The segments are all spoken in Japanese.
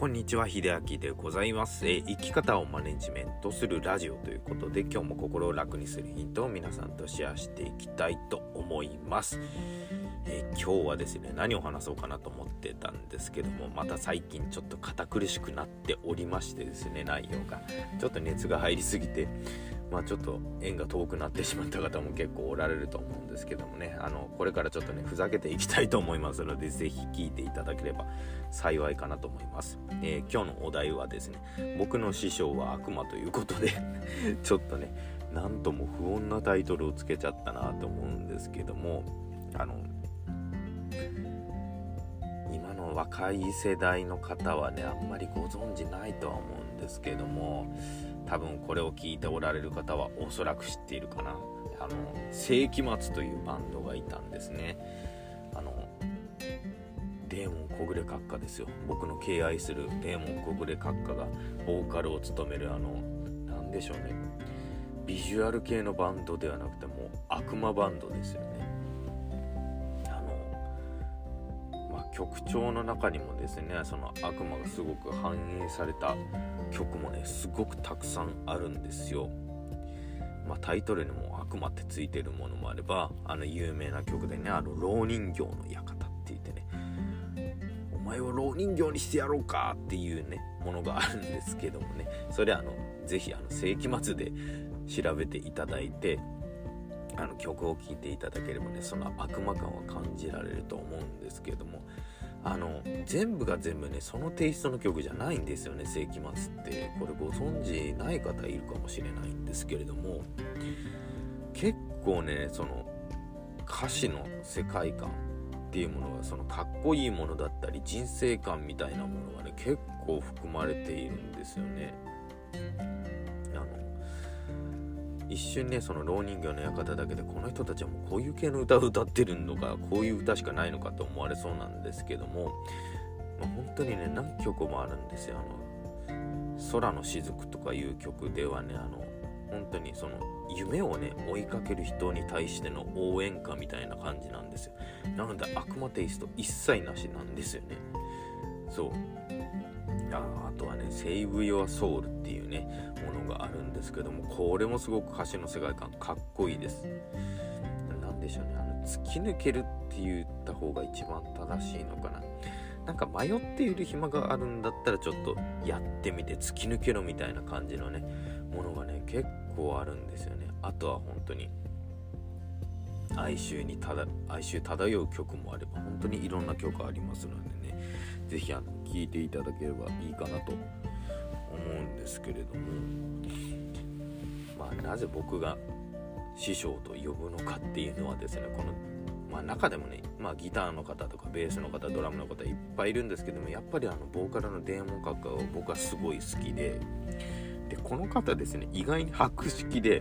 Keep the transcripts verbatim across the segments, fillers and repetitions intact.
こんにちは、秀明でございます。え生き方をマネジメントするラジオということで、今日も心を楽にするヒントを皆さんとシェアしていきたいと思います。え今日はですね、何を話そうかなと思ってたんですけども、また最近ちょっと堅苦しくなっておりましてですね、内容がちょっと熱が入りすぎて、まあちょっと縁が遠くなってしまった方も結構おられると思うんですけどもね、あのこれからちょっとねふざけていきたいと思いますので、ぜひ聞いていただければ幸いかなと思います。えー、今日のお題はですね、僕の師匠は悪魔ということでちょっとね、なんとも不穏なタイトルをつけちゃったなと思うんですけども、あの今の若い世代の方はね、あんまりご存知ないとは思うんですけども、多分これを聞いておられる方はおそらく知っているかな。あの世紀末というバンドがいたんですね。あのデーモン小暮閣下ですよ。僕の敬愛するデーモン小暮閣下がボーカルを務める、あのなんでしょうね、ビジュアル系のバンドではなくてもう悪魔バンドですよね。あのまあ曲調の中にもですね、その悪魔がすごく反映された曲もね、すごくたくさんあるんですよ。まあ、タイトルにも悪魔ってついてるものもあれば、あの有名な曲でね、あの蝋人形の館って言ってね、お前を蝋人形にしてやろうかっていうねものがあるんですけどもね、それあのぜひあの世紀末で調べていただいて、あの曲を聴いていただければね、その悪魔感は感じられると思うんですけども、あの全部が全部ねそのテイストの曲じゃないんですよね。世紀末ってこれご存知ない方いるかもしれないんですけれども、結構ねその歌詞の世界観っていうものが、そのかっこいいものだったり人生観みたいなものがね結構含まれているんですよね。あの一瞬ね、その蝋人形の館だけでこの人たちはもうこういう系の歌を歌ってるのか、こういう歌しかないのかと思われそうなんですけども、まあ、本当にね何曲もあるんですよ。あの空の雫とかいう曲ではね、あの本当にその夢をね追いかける人に対しての応援歌みたいな感じなんですよ。なので悪魔テイスト一切なしなんですよね。そう、あ, あとはね Save Your Soul っていうねものがあるんですけども、これもすごく歌詞の世界観かっこいいです。なんでしょうね、あの突き抜けるって言った方が一番正しいのかな。なんか迷っている暇があるんだったらちょっとやってみて突き抜けろみたいな感じのねものがね結構あるんですよね。あとは本当に哀愁にただ哀愁漂う曲もあれば、本当にいろんな曲ありますのでね、ぜひあの聴いていただければいいかなと思うんですけれども、まあなぜ僕が師匠と呼ぶのかっていうのはですね、このまあ中でもね、まあギターの方とかベースの方、ドラムの方いっぱいいるんですけども、やっぱりあのボーカルのデーモン閣下を僕はすごい好きで、でこの方ですね、意外に博識で、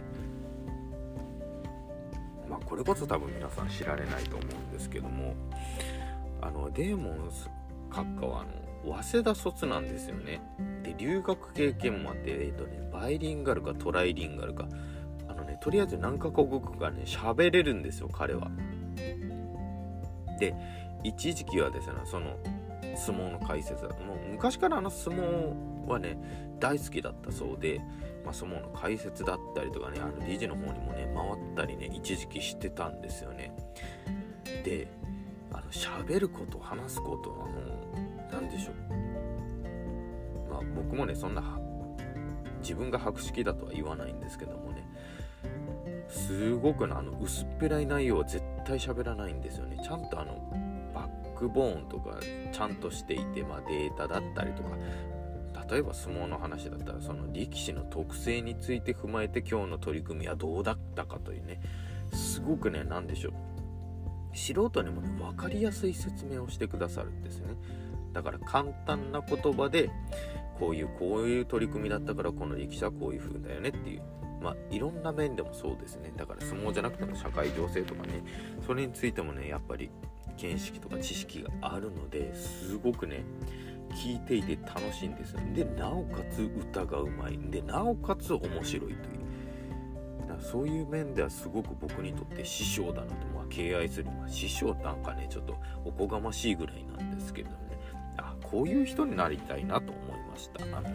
まあこれこそ多分皆さん知られないと思うんですけども、あのデーモン閣下はあの早稲田卒なんですよね。で留学経験もあって、えっとねバイリンガルかトライリンガルか、あのねとりあえず何カ国語かね喋れるんですよ、彼は。で一時期はですね、その相撲の解説だもう昔からあの相撲はね大好きだったそうで、まあ、相撲の解説だったりとかね、あの理事の方にもね回ったりね一時期してたんですよね。であの喋ること話すことはもうなんでしょう、まあ僕もねそんな自分が博識だとは言わないんですけどもね、すごくなあの薄っぺらい内容は絶対喋らないんですよね。ちゃんとあのバックボーンとかちゃんとしていて、まあ、データだったりとか、例えば相撲の話だったらその力士の特性について踏まえて今日の取り組みはどうだったかというね、すごくねなんでしょう、素人にもね分かりやすい説明をしてくださるんですね。だから簡単な言葉でこういうこういう取り組みだったからこの力士はこういう風だよねっていう、まあいろんな面でもそうですね。だから相撲じゃなくても社会情勢とかね、それについてもねやっぱり見識とか知識があるので、すごくね聞いていて楽しいんですよ。でなおかつ歌がうまいんで、なおかつ面白いという、だからそういう面ではすごく僕にとって師匠だなと、まあ、敬愛する、まあ、師匠なんかねちょっとおこがましいぐらいなんですけどね、あこういう人になりたいなと思いました。あの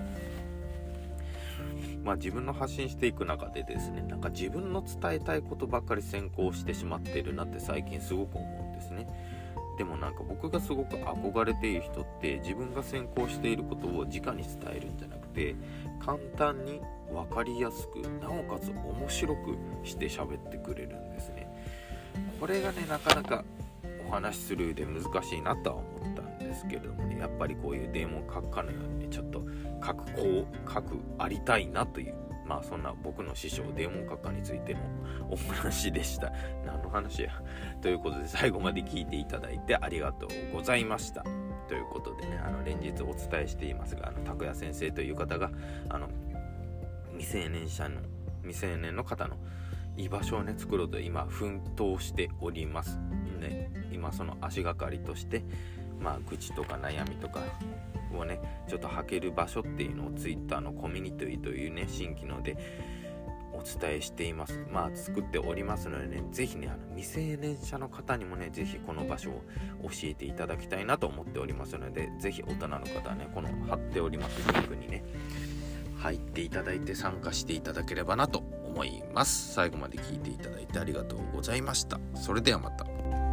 まあ自分の発信していく中でですね、なんか自分の伝えたいことばっかり先行してしまってるなって最近すごく思うんですね。でもなんか僕がすごく憧れている人って自分が先行していることを直に伝えるんじゃなくて、簡単に分かりやすく、なおかつ面白くして喋ってくれるんですね。これがね、なかなかお話しする上で難しいなとは思ったんですけれどもね、やっぱりこういうデーモン閣下のようにね、ちょっと各こう各ありたいなという、まあそんな僕の師匠デーモン閣下についてのお話でした。何の話やということで、最後まで聞いていただいてありがとうございました。ということでね、あの連日お伝えしていますが、あの拓也先生という方があの未成年者の未成年の方の居場所をね作ろうと今奮闘しておりますね。今その足がかりとしてまあ愚痴とか悩みとかをねちょっと吐ける場所っていうのをツイッターのコミュニティというね新機能でお伝えしています。まあ作っておりますのでね、ぜひねあの未成年者の方にもねぜひこの場所を教えていただきたいなと思っておりますので、ぜひ大人の方はねこの貼っておりますリンクにね入っていただいて参加していただければなと思います。最後まで聞いていただいてありがとうございました。それではまた。